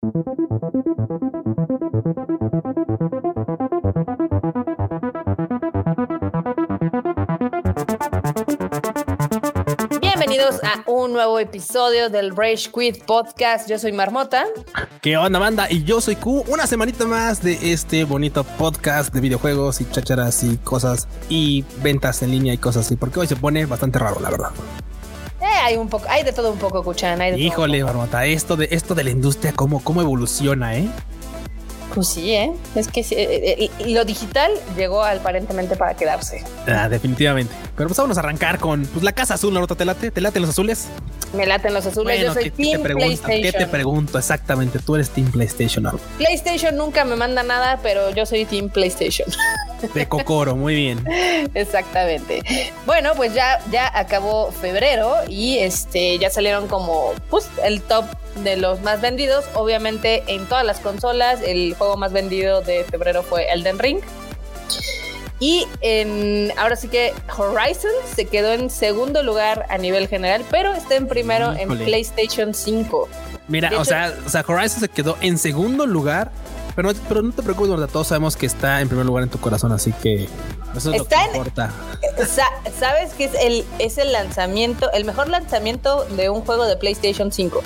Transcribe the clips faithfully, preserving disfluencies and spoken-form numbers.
Bienvenidos a un nuevo episodio del Rage Quit Podcast. Yo soy Marmota. ¿Qué onda, banda? Y yo soy Q. Una semanita más de este bonito podcast de videojuegos y chácharas y cosas y ventas en línea y cosas así, porque hoy se pone bastante raro, la verdad. Eh, hay un poco, hay de todo un poco, Cuchan. Hay de Híjole, todo un poco. Marmota, esto de esto de la industria, cómo, cómo evoluciona, ¿eh? Pues sí, ¿eh? Es que sí, eh, eh, lo digital llegó aparentemente para quedarse. Ah, definitivamente. Pero pues vamos a arrancar con pues, la casa azul, Marmota. ¿Te late? ¿Te laten los azules? Me laten los azules. Bueno, Yo soy ¿qué, Team ¿qué te pregunto? PlayStation. ¿Qué te pregunto? Exactamente, tú eres Team PlayStation, ¿no? PlayStation nunca me manda nada, pero yo soy Team PlayStation. De Kokoro, muy bien. Exactamente. Bueno, pues ya, ya acabó febrero y este ya salieron como pues, el top de los más vendidos. Obviamente en todas las consolas, el juego más vendido de febrero fue Elden Ring. Y en, ahora sí que Horizon se quedó en segundo lugar a nivel general, pero está en primero Híjole. en PlayStation cinco. Mira, o sea, o sea, Horizon se quedó en segundo lugar, pero no, pero no te preocupes, verdad, todos sabemos que está en primer lugar en tu corazón, así que eso es está lo que en, importa. Sa- Sabes que es el, es el lanzamiento, el mejor lanzamiento de un juego de PlayStation cinco.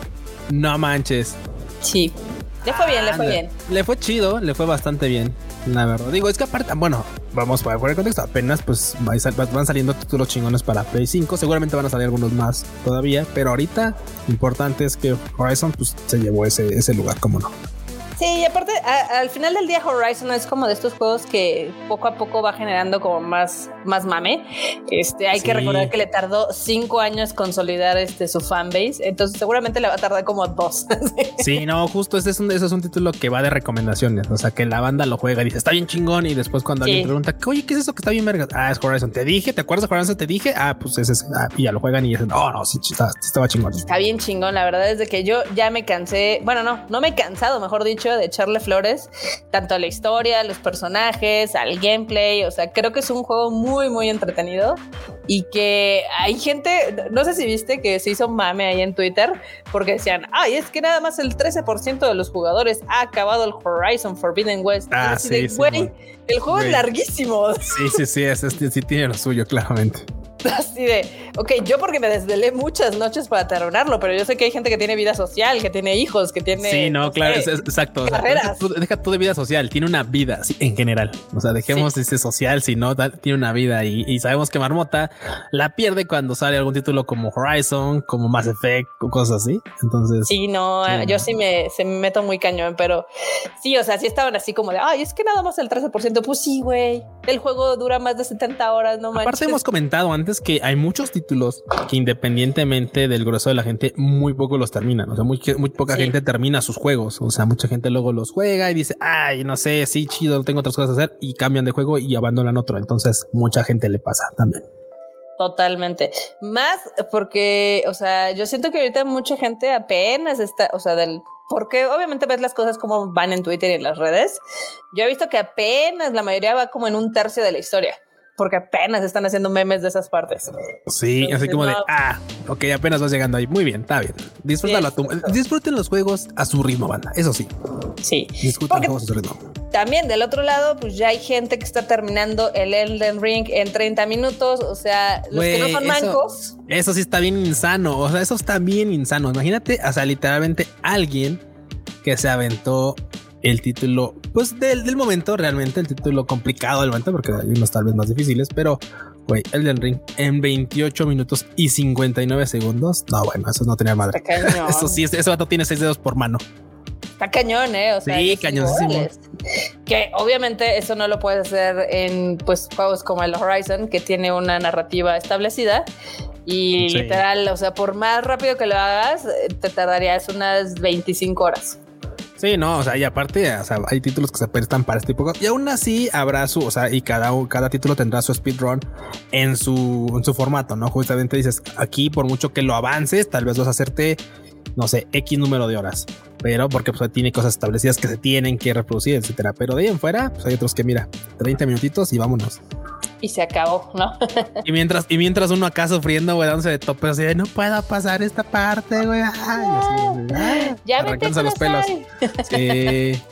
No manches. Sí, le fue bien, le fue bien. Le fue chido, le fue bastante bien. La verdad, digo, es que aparte, bueno, vamos para poner contexto, apenas pues van saliendo títulos chingones para Play cinco, seguramente van a salir algunos más todavía, pero ahorita importante es que Horizon pues se llevó ese, ese lugar, como no. Sí, y aparte, a, al final del día Horizon es como de estos juegos que poco a poco va generando como más, más mame. Este, hay sí. que recordar que le tardó cinco años consolidar este, su fanbase, entonces seguramente le va a tardar como dos. Sí, no, justo ese es, un, ese es un título que va de recomendaciones, o sea, que la banda lo juega y dice, está bien chingón, y después cuando sí. alguien pregunta, oye, ¿qué es eso que está bien verga? Ah, es Horizon, te dije, ¿te acuerdas de Horizon? Te dije, ah, pues ese es, ah, y ya lo juegan y dicen, oh, no, sí, está, estaba chingón. Está bien chingón, la verdad es de que yo ya me cansé, bueno, no, no me he cansado, mejor dicho, de echarle flores tanto a la historia, a los personajes, al gameplay. O sea, creo que es un juego muy muy entretenido y que hay gente, no sé si viste que se hizo mame ahí en Twitter porque decían, ay, es que nada más el trece por ciento de los jugadores ha acabado el Horizon Forbidden West. Ah, así sí, de, sí, güey, el juego güey. es larguísimo. Sí, sí, sí, es, es, sí tiene lo suyo, claramente. Así de, ok, yo porque me desvelé muchas noches para terminarlo, pero yo sé que hay gente que tiene vida social, que tiene hijos, que tiene... Sí, no, no claro, sé, es, es, exacto. Carreras. O sea, deja, tú, deja tú de vida social, tiene una vida sí, en general. O sea, dejemos sí. ese social, si no, da, tiene una vida y, y sabemos que Marmota la pierde cuando sale algún título como Horizon, como Mass Effect o cosas así. Entonces... Sí, no, sí. yo sí me, se me meto muy cañón, pero sí, o sea, sí estaban así como de, ay, es que nada más el trece por ciento. Pues sí, güey, el juego dura más de setenta horas, no manches. Aparte hemos comentado antes que hay muchos títulos que independientemente del grueso de la gente muy poco los terminan, o sea muy, muy poca sí. gente termina sus juegos, o sea mucha gente luego los juega y dice ay no sé, sí chido, tengo otras cosas que hacer y cambian de juego y abandonan otro, entonces mucha gente le pasa también. Totalmente, más porque o sea yo siento que ahorita mucha gente apenas está, o sea del porque obviamente ves las cosas como van en Twitter y en las redes. Yo he visto que apenas la mayoría va como en un tercio de la historia, porque apenas están haciendo memes de esas partes. Sí, Entonces, así como no. de, ah, ok, apenas vas llegando ahí. Muy bien, está bien. Disfrútalo sí, a tu, disfruten los juegos a su ritmo, banda. Eso sí. Sí. Disfruten los juegos a su ritmo. También del otro lado, pues ya hay gente que está terminando el Elden Ring en treinta minutos. O sea, los Wey, que no son mancos. Eso, eso sí está bien insano. O sea, eso está bien insano. Imagínate, o sea, literalmente alguien que se aventó el título, pues del, del momento, realmente el título complicado del momento, porque hay unos tal vez más difíciles, pero güey, Elden Ring en veintiocho minutos y cincuenta y nueve segundos. No, bueno, eso no tenía madre. Eso sí, ese vato tiene seis dedos por mano. Está cañón, eh. O sea, sí, cañoncísimo. Que obviamente eso no lo puedes hacer en pues juegos como el Horizon, que tiene una narrativa establecida. Y sí. literal, o sea, por más rápido que lo hagas, te tardarías unas veinticinco horas. Sí, no, o sea, y aparte, o sea, hay títulos que se prestan para este tipo de cosas. Y aún así habrá su, o sea, y cada, cada título tendrá su speedrun en su, en su formato, ¿no? Justamente dices, aquí por mucho que lo avances, tal vez vas a hacerte, no sé, X número de horas. Pero porque pues tiene cosas establecidas que se tienen que reproducir, etcétera. Pero de ahí en fuera, pues hay otros que mira, treinta minutitos y vámonos. y se acabó, ¿no? y mientras y mientras uno acá sufriendo, güey, dándose de topes así de no puedo pasar esta parte, güey. Ay, así, ay, ya arrancándose los pelos. Sí.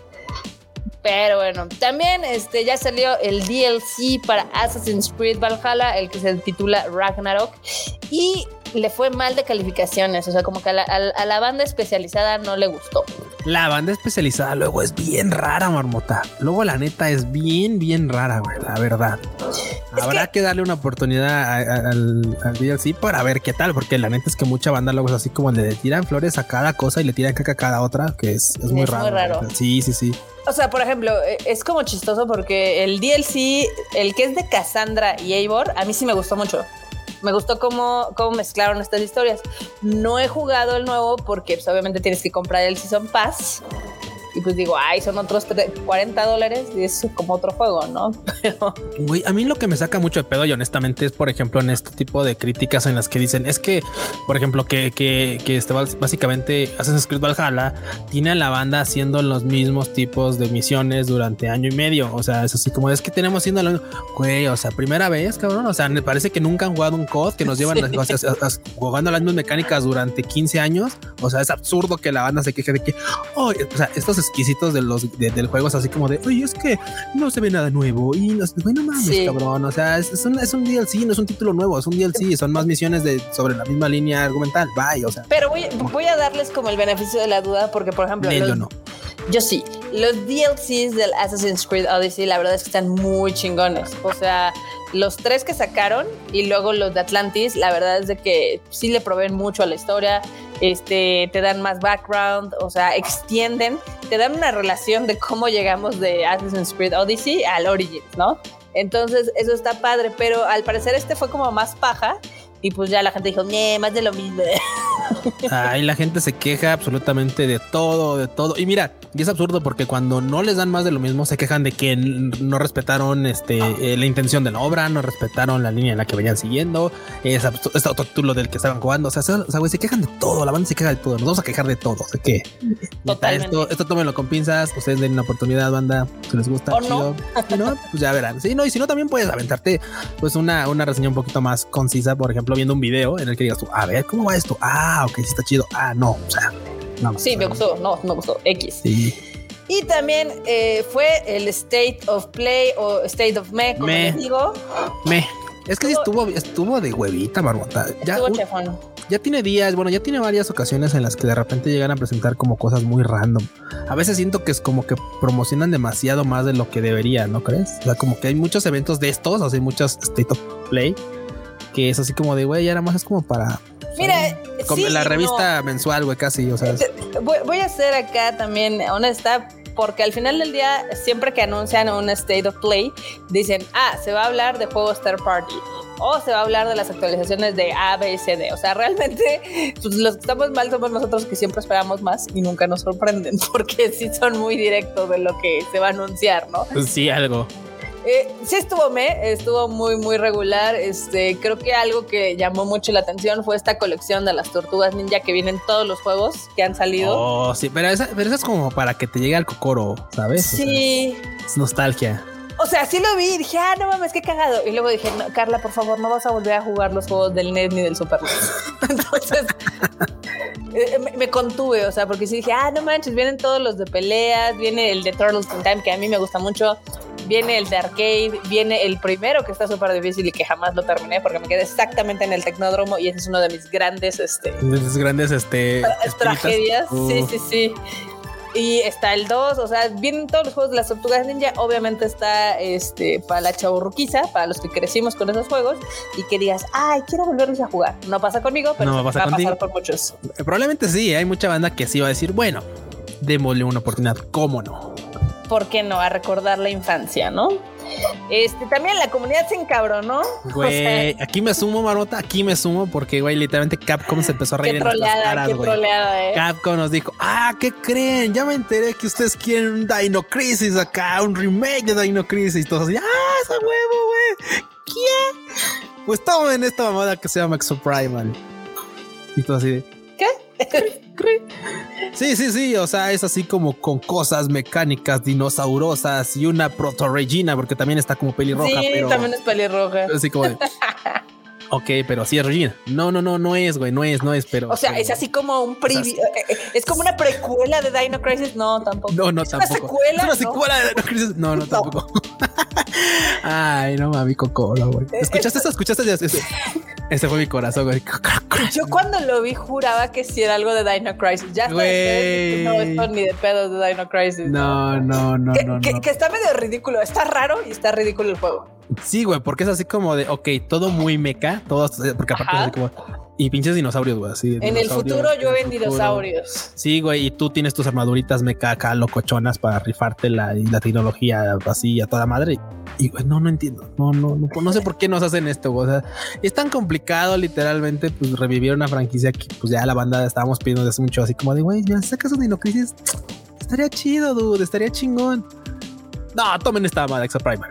Pero bueno, también este, ya salió el D L C para Assassin's Creed Valhalla, el que se titula Ragnarok, y le fue mal de calificaciones, o sea, como que a la, a la banda especializada no le gustó. La banda especializada luego es bien rara, Marmota. Luego la neta es bien, bien rara, güey, la verdad. Es Habrá que... que darle una oportunidad a, a, al, al D L C para ver qué tal, porque la neta es que mucha banda luego es así como le tiran flores a cada cosa y le tiran caca a cada otra, que es, es muy es raro. Muy raro. Sí, sí, sí. O sea, por ejemplo, es como chistoso porque el D L C, el que es de Cassandra y Eivor, a mí sí me gustó mucho. Me gustó cómo, cómo mezclaron estas historias. No he jugado el nuevo porque pues, obviamente tienes que comprar el Season Pass. Y pues digo, ay, son otros cuarenta dólares y es como otro juego, ¿no? Pero... Güey, a mí lo que me saca mucho de pedo y honestamente es, por ejemplo, en este tipo de críticas en las que dicen, es que, por ejemplo, que, que, que este, básicamente Assassin's Creed Valhalla tiene a la banda haciendo los mismos tipos de misiones durante año y medio. O sea, es así como, es que tenemos haciendo lo mismo. Güey, o sea, primera vez, cabrón. O sea, me parece que nunca han jugado un C O D que nos llevan o sea, a, a, jugando las mismas mecánicas durante quince años. O sea, es absurdo que la banda se queje de que, oh, o sea, estos exquisitos de los de, del juego es así como de oye, es que no se ve nada nuevo y no, no mames, sí. cabrón. O sea, es, es, un, es un D L C, no es un título nuevo, es un D L C, son más misiones de sobre la misma línea argumental. Bye, o sea. Pero voy, voy a darles como el beneficio de la duda, porque por ejemplo, nee, los, yo no. Yo sí, los D L Cs del Assassin's Creed Odyssey, la verdad es que están muy chingones. O sea, los tres que sacaron y luego los de Atlantis, la verdad es de que sí le proveen mucho a la historia. Este, te dan más background, o sea, extienden, te dan una relación de cómo llegamos de Assassin's Creed Odyssey al Origins, ¿no? Entonces, eso está padre, pero al parecer este fue como más paja y pues ya la gente dijo, nee, más de lo mismo. Ay, la gente se queja absolutamente de todo, de todo. Y mira, y es absurdo porque cuando no les dan más de lo mismo, se quejan de que no respetaron este, eh, la intención de la obra, no respetaron la línea en la que venían siguiendo, es este otro título del que estaban jugando. O sea, se, o sea, güey, se quejan de todo, la banda se queja de todo. Nos vamos a quejar de todo. O sea que esto, esto tómenlo con pinzas. Ustedes den una oportunidad, banda, si les gusta. ¿O chido. no? Si no, pues ya verán. Sí, no, y si no, también puedes aventarte pues una, una reseña un poquito más concisa, por ejemplo, viendo un video en el que digas tú, a ver, ¿cómo va esto? Ah, ok, sí está chido. Ah, no, o sea, no. Sí, me gustó, no, me gustó, X. Sí. Y también eh, fue el State of Play o State of Me, como me, les digo. Me. Es que estuvo, sí estuvo, estuvo de huevita, Marmota. Ya, estuvo chefón. Ya tiene días, bueno, ya tiene varias ocasiones en las que de repente llegan a presentar como cosas muy random. A veces siento que es como que promocionan demasiado más de lo que debería, ¿no crees? O sea, como que hay muchos eventos de estos, o sea, hay muchos State of Play, que es así como de, güey, ya nada más es como para... Mira, como sí, la revista no. mensual, güey, casi, o sea. Es... Voy, voy a ser acá también honesta, porque al final del día, siempre que anuncian un State of Play, dicen, ah, se va a hablar de juegos third party, o se va a hablar de las actualizaciones de A, B y C D. O sea, realmente, pues, los que estamos mal somos nosotros que siempre esperamos más y nunca nos sorprenden, porque sí son muy directos de lo que se va a anunciar, ¿no? Pues sí, algo. Eh, sí estuvo me, estuvo muy muy regular. Este, creo que algo que llamó mucho la atención fue esta colección de las tortugas ninja que vienen todos los juegos que han salido. Oh, sí, pero esa, pero esa es como para que te llegue al cocoro, ¿sabes? Sí. O sea, es nostalgia. O sea, sí lo vi y dije, ah, no mames, qué cagado. Y luego dije, no, Carla, por favor, no vas a volver a jugar los juegos del N E S ni del Super N E S. Entonces, eh, me, me contuve, o sea, porque sí dije, ah, no manches, vienen todos los de peleas, viene el de Turtles in Time, que a mí me gusta mucho. Viene el de arcade, viene el primero que está súper difícil y que jamás lo terminé porque me quedé exactamente en el Tecnódromo y ese es uno de mis grandes, este... De mis grandes, este... tragedias, uh. sí, sí, sí. Y está el dos, o sea, vienen todos los juegos de las tortugas ninja. Obviamente está este para la chavorruquiza, para los que crecimos con esos juegos y que digas, ay, quiero volverlos a jugar. No pasa conmigo, pero no pasa va contigo. a pasar por muchos. Probablemente sí, hay mucha banda que sí va a decir, bueno, démosle una oportunidad, ¿cómo no? ¿Por qué no? A recordar la infancia, ¿no? Este, también la comunidad se encabronó. Güey, o sea, aquí me sumo, Marmota, aquí me sumo porque, güey, literalmente Capcom se empezó a reír en nuestras caras, güey. Eh. Capcom nos dijo, ah, ¿qué creen? Ya me enteré que ustedes quieren un Dino Crisis acá, un remake de Dino Crisis. Todos así, ah, esa huevo, güey. ¿Qué? Pues estamos en esta mamada que se llama Exoprimal. Y todo así de, ¿qué? Sí, sí, sí, o sea, es así como con cosas mecánicas, dinosaurosas y una proto-Regina, porque también está como pelirroja. Sí, pero también es pelirroja. Así como de, ok, pero sí es Regina. No, no, no, no es, güey, no es, no es, pero... O sea, pero, es así como un preview. o sea, es, es como una precuela de Dino Crisis. No, tampoco. No, no, ¿Es tampoco. una secuela? ¿Es una ¿No? secuela de Dino Crisis? No, no, tampoco. Ay, no mami, Coco, no, güey. ¿Escuchaste eso? ¿Escuchaste eso? Ese, ese fue mi corazón, güey. Yo cuando lo vi juraba que sí era algo de Dino Crisis. Ya está. Güey. No, esto ni de pedos de Dino Crisis. No, no, no, que, no, que, no. que está medio ridículo. Está raro y está ridículo el juego. Sí, güey, porque es así como de, ok, todo muy meca, todo, porque aparte es así como, y pinches dinosaurios, güey, así. En el futuro llueven dinosaurios. Sí, güey, y tú tienes tus armaduritas meca acá, locochonas para rifártela y la tecnología así a toda madre. Y güey, no, no entiendo, no, no, no, no sé por qué nos hacen esto, güey. O sea, es tan complicado literalmente, pues revivir una franquicia que pues ya la banda estábamos pidiendo desde mucho, así como de, güey, mira, si sacas un Dino Crisis, estaría chido, dude, estaría chingón. No, tomen esta madre, Exoprimal.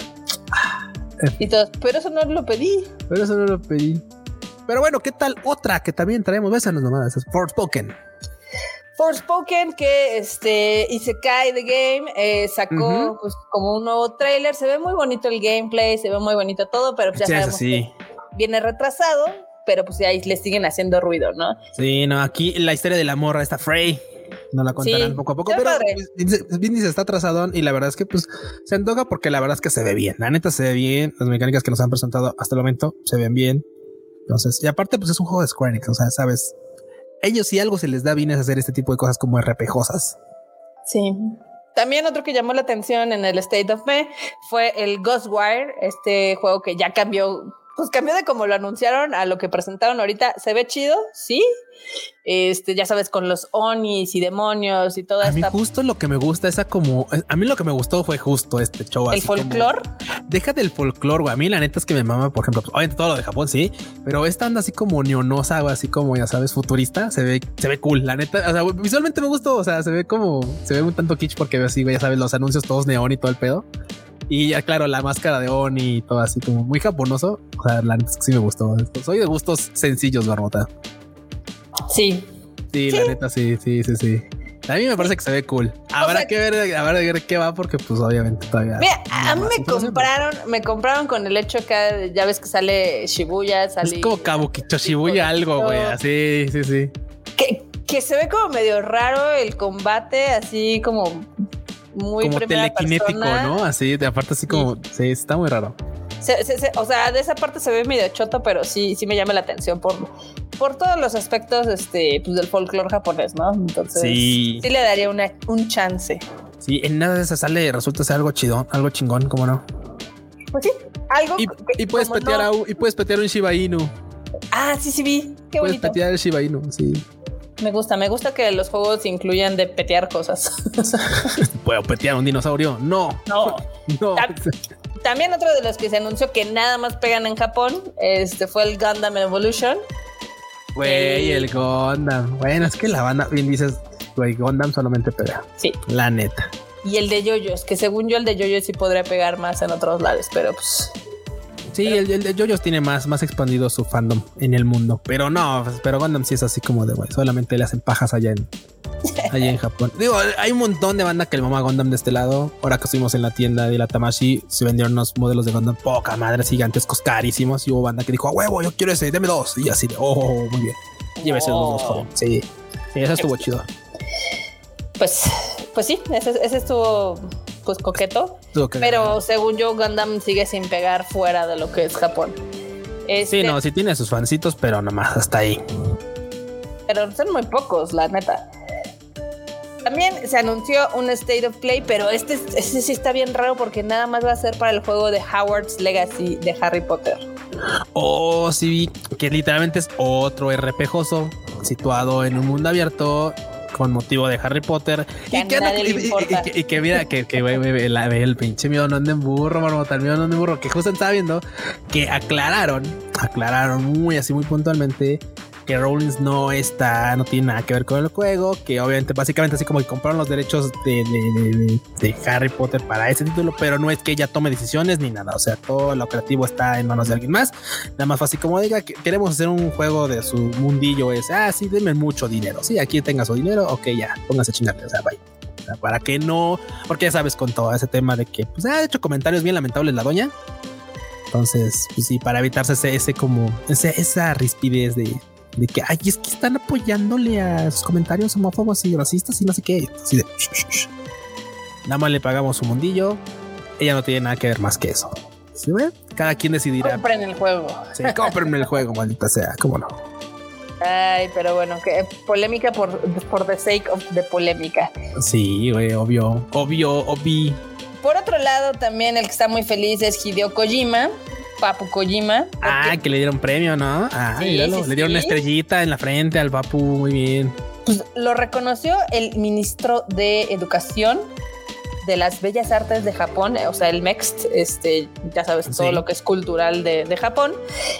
Y todos, pero eso no lo pedí. Pero eso no lo pedí. Pero bueno, ¿qué tal otra que también traemos? Bésanos nomás, es Forspoken. Forspoken, que este Isekai The Game eh, sacó uh-huh. pues, como un nuevo tráiler. Se ve muy bonito el gameplay, se ve muy bonito todo, pero pues ya sí, sabemos sí. que viene retrasado, pero pues ahí le siguen haciendo ruido, ¿no? Sí, no, aquí la historia de la morra está Frey. No la contarán sí, poco a poco, pero bien dice, está atrasadón y la verdad es que pues se antoja porque la verdad es que se ve bien. La neta se ve bien. Las mecánicas que nos han presentado hasta el momento se ven bien. Entonces, y aparte pues es un juego de Square Enix, o sea, sabes, ellos si algo se les da bien es hacer este tipo de cosas como R P G-osas. Sí. También otro que llamó la atención en el State of Play fue el Ghostwire, este juego que ya cambió, pues cambió de como lo anunciaron a lo que presentaron ahorita. Se ve chido, sí. Este, ya sabes, con los onis y demonios y todo esto. A mí esta... justo lo que me gusta, esa como, a mí lo que me gustó fue justo este show. ¿El folclore? Deja del folclore, güey. A mí la neta es que me mama, por ejemplo, obviamente todo lo de Japón, sí, pero esta onda así como neonosa, güey, así como, ya sabes, futurista, se ve, se ve cool, la neta. O sea, visualmente me gustó, o sea, se ve como, se ve un tanto kitsch porque veo así, güey, ya sabes, los anuncios todos neón y todo el pedo. Y ya, claro, la máscara de Oni y todo así como muy japonoso. O sea, la neta es que sí me gustó. Soy de gustos sencillos, Barbota. Sí. Sí, sí, la neta, sí, sí, sí, sí. A mí me parece que se ve cool. Habrá o sea, que ver, habrá que ver qué va, porque pues obviamente todavía. Mira, a mí me compraron, me compraron con el hecho que ya ves que sale Shibuya, sale. Es como Kabukicho Shibuya algo, güey. Así, sí, sí. Que, que se ve como medio raro el combate, así como muy como telequinético, persona. ¿No? Así, de aparte así como, sí, sí está muy raro. Se, se, se, o sea, de esa parte se ve medio choto, pero sí, sí me llama la atención por, por todos los aspectos este, pues, del folclore japonés, ¿no? Entonces, sí, sí le daría una, un chance. Sí, en nada de eso sale, resulta ser algo chido, algo chingón, ¿cómo no? Pues sí, algo. Y, que, y puedes petear no. a, y puedes petear un Shiba Inu. Ah, sí, sí vi. Qué puedes bonito. Puedes petear el Shiba Inu, sí. Me gusta, me gusta que los juegos incluyan de petear cosas. ¿Puedo petear un dinosaurio? No. No. No. También otro de los que se anunció que nada más pegan en Japón este fue el Gundam Evolution. Güey, el... el Gundam. Bueno, es que la banda, bien dices, güey, Gundam solamente pega. Sí. La neta. Y el de Yoyos, que según yo el de Yoyos sí podría pegar más en otros lados, pero pues... Sí, pero... el, el de Yoyos tiene más, más expandido su fandom en el mundo. Pero no, pero Gundam sí es así como de, güey, solamente le hacen pajas allá en... allá en Japón. Digo, hay un montón de banda que le mama Gundam de este lado. Ahora que estuvimos en la tienda de la Tamashii, se vendieron unos modelos de Gundam poca madre, gigantescos, carísimos. Y hubo banda que dijo, a huevo, yo quiero ese, deme dos. Y así de, oh, muy bien. Llévese oh. los dos, joven. Sí, sí, eso estuvo chido. Pues, pues sí, ese, ese estuvo pues coqueto. Que pero ver. Según yo, Gundam sigue sin pegar fuera de lo que es Japón. Este... Sí, no, sí tiene sus fancitos, pero nomás hasta ahí. Pero son muy pocos, la neta. También se anunció un State of Play, pero este, este sí está bien raro porque nada más va a ser para el juego de Hogwarts Legacy de Harry Potter. Oh, sí, que literalmente es otro R P G-oso situado en un mundo abierto con motivo de Harry Potter. Que y, que anda, y, y, y, y que mira, que, que güey, güey, la ve el pinche mío no ande en burro, marmota, el mío no ande en burro, que justo estaba viendo que aclararon, aclararon muy así, muy puntualmente que Rowling no está, no tiene nada que ver con el juego, que obviamente básicamente así como que compraron los derechos de, de, de, de, de Harry Potter para ese título, pero no es que ella tome decisiones ni nada, o sea, todo lo creativo está en manos de alguien más, nada más fue así como diga que queremos hacer un juego de su mundillo, es, ah, sí, denme mucho dinero, sí, aquí tenga su dinero, ok, ya, póngase a chingarte, o sea, bye. O sea, para que no, porque ya sabes con todo ese tema de que pues ha hecho comentarios bien lamentables la doña. Entonces, pues sí, para evitarse ese, ese como ese, esa rispidez de, de que ay, es que están apoyándole a sus comentarios homófobos y racistas y no sé qué. Así de shh, shh, shh. Nada más le pagamos su mundillo. Ella no tiene nada que ver más que eso. ¿Sí ve? Cada quien decidirá. Compren el juego. Sí, cómprenme el juego, maldita sea. ¿Cómo no? Ay, pero bueno, que polémica por, por the sake of the polémica. Sí, güey, obvio, obvio, obvio. Por otro lado, también el que está muy feliz es Hideo Kojima, Papu Kojima. Ah, porque, que le dieron premio, ¿no? Ah, sí, míralo, sí, le dieron sí. una estrellita en la frente al Papu, muy bien. Pues lo reconoció el ministro de Educación de las Bellas Artes de Japón, o sea, el M E X T, este, ya sabes, todo Sí. lo que es cultural de, de Japón,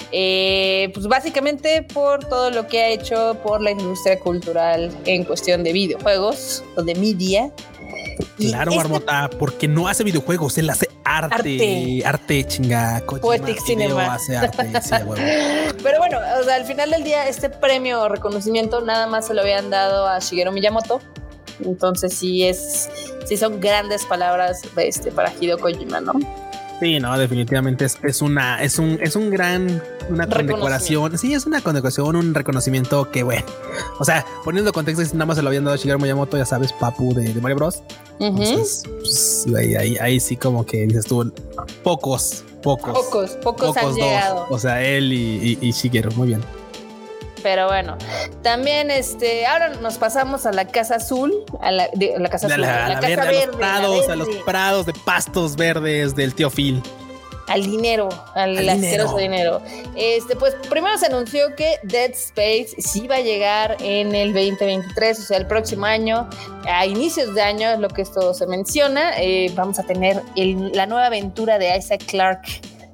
eh, pues básicamente por todo lo que ha hecho por la industria cultural en cuestión de videojuegos o de media. Claro, Y Marmota, porque no hace videojuegos, él hace arte, arte, Arte. chinga, Kojima Poetic Hideo Cinema. hace arte, sí, a huevo. Pero bueno, o sea, al final del día, este premio o reconocimiento nada más se lo habían dado a Shigeru Miyamoto. Entonces sí es, sí son grandes palabras este, para Hideo Kojima, ¿no? Sí, no, definitivamente es, es una, es un, es un gran, una condecoración. Sí, es una condecoración, un reconocimiento que, bueno, o sea, poniendo contexto, nada más se lo habían dado a Shigeru Miyamoto, ya sabes, Papu de, de Mario Bros. Uh-huh. Entonces, pues, ahí, ahí, ahí sí como que dices tú, pocos, pocos, Pocos, pocos, han dos, llegado. o sea, él y, y, y Shigeru, muy bien. Pero bueno, también este, ahora nos pasamos a la Casa Azul, a la, de, a la Casa De Azul, la, a la, la Casa verde, Verde, a los prados, la a los verde, prados de pastos verdes del tío Phil. al dinero, al, Al asqueroso dinero. dinero. Este, pues primero se anunció que Dead Space sí va a llegar en el veinte veintitrés, o sea, el próximo año, a inicios de año, es lo que esto se menciona. Eh, vamos a tener el, la nueva aventura de Isaac Clarke.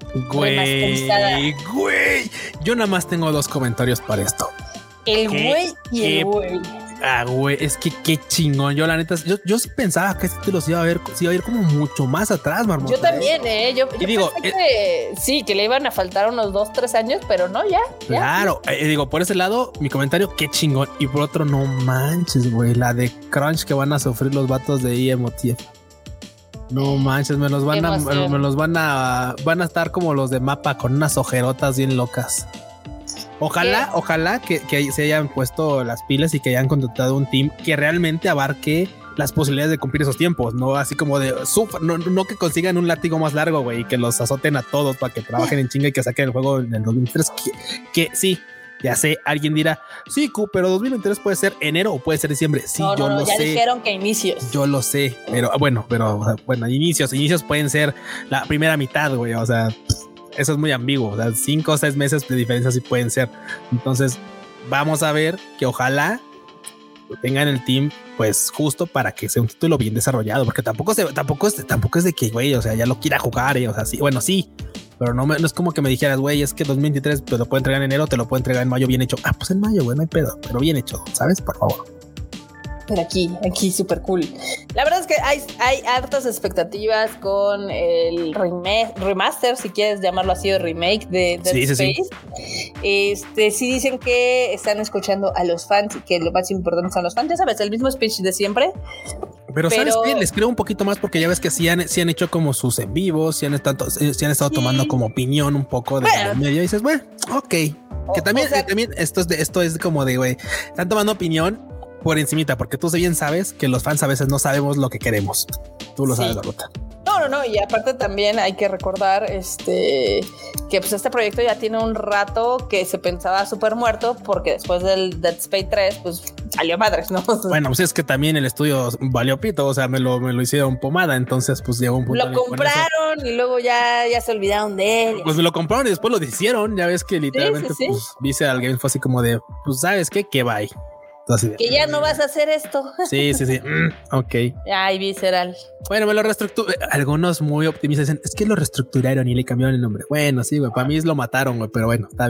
Güey, güey. Yo nada más tengo dos comentarios para esto. El ¿Qué? güey y ¿Qué? el güey. Ah, güey, es que qué chingón. Yo, la neta, yo, yo sí pensaba que este título se iba a ver, se iba a ir como mucho más atrás, Marmota. Yo también, ¿eh? Yo, Y yo digo, pensé que sí, que le iban a faltar unos dos, tres años, pero no, ya. ya. Claro, eh, digo, por ese lado, mi comentario, qué chingón. Y por otro, no manches, güey, la de crunch que van a sufrir los vatos de I M O T F. No manches, me los van a, me, me los van a, van a estar como los de Mapa con unas ojerotas bien locas. Ojalá, ¿Qué? ojalá que, que se hayan puesto las pilas y que hayan contratado un team que realmente abarque las posibilidades de cumplir esos tiempos, no así como de super, no, no que consigan un látigo más largo, güey, y que los azoten a todos para que trabajen en chinga y que saquen el juego en el dos mil veintitrés. Que, que sí, ya sé, alguien dirá, sí, pero dos mil veintitrés puede ser enero o puede ser diciembre. Sí, no, yo no, lo ya sé. dijeron que inicios. Yo lo sé, pero bueno, pero bueno, inicios, inicios pueden ser la primera mitad, güey, o sea, eso es muy ambiguo, o sea, cinco o seis meses de diferencia sí pueden ser. Entonces, vamos a ver que ojalá tengan el team pues justo para que sea un título bien desarrollado, porque tampoco se, tampoco es, tampoco es de que, güey, o sea, ya lo quiera jugar, eh, o sea, sí, bueno, sí, pero no, me, no es como que me dijeras, güey, es que dos mil veintitrés te lo puedo entregar en enero, te lo puedo entregar en mayo bien hecho. Ah, pues en mayo, güey, no hay pedo, pero bien hecho, ¿sabes? Por favor. Pero aquí, aquí súper cool. La verdad es que hay, hay hartas expectativas con el remake, remaster, si quieres llamarlo así, o remake de Dead sí, Space. Sí, sí. Este, sí dicen que están escuchando a los fans y que lo más importante son los fans. Ya sabes, el mismo speech de siempre. Pero, Pero ¿sabes qué? Les creo un poquito más porque ya ves que sí han, sí han hecho como sus en vivos, sí han estado, sí han estado sí. tomando como opinión un poco de bueno. medio y dices, bueno, ok. Que también, o sea, también esto es, de, esto es como de, güey, están tomando opinión por encimita, porque tú bien sabes que los fans a veces no sabemos lo que queremos. Tú lo sí. sabes, la ruta. No, no, no. Y aparte también hay que recordar este que pues este proyecto ya tiene un rato que se pensaba súper muerto porque después del Dead Space tres pues salió madres, ¿no? Bueno, pues es que también el estudio valió pito, o sea, me lo, me lo hicieron pomada, entonces pues llegó un punto. Lo compraron y luego ya, ya se olvidaron de él. Pues me lo compraron y después lo hicieron. Ya ves que literalmente sí, sí, pues sí. Visual Game fue así como de, pues sabes qué, que bye. De, que ya no vas a hacer esto. Sí, sí, sí. Mm, ok. Ay, visceral. Bueno, me lo reestructuré. Algunos muy optimistas dicen, es que lo reestructuraron y le cambiaron el nombre. Bueno, sí, güey. Para mí es lo mataron, güey, pero bueno, está bien.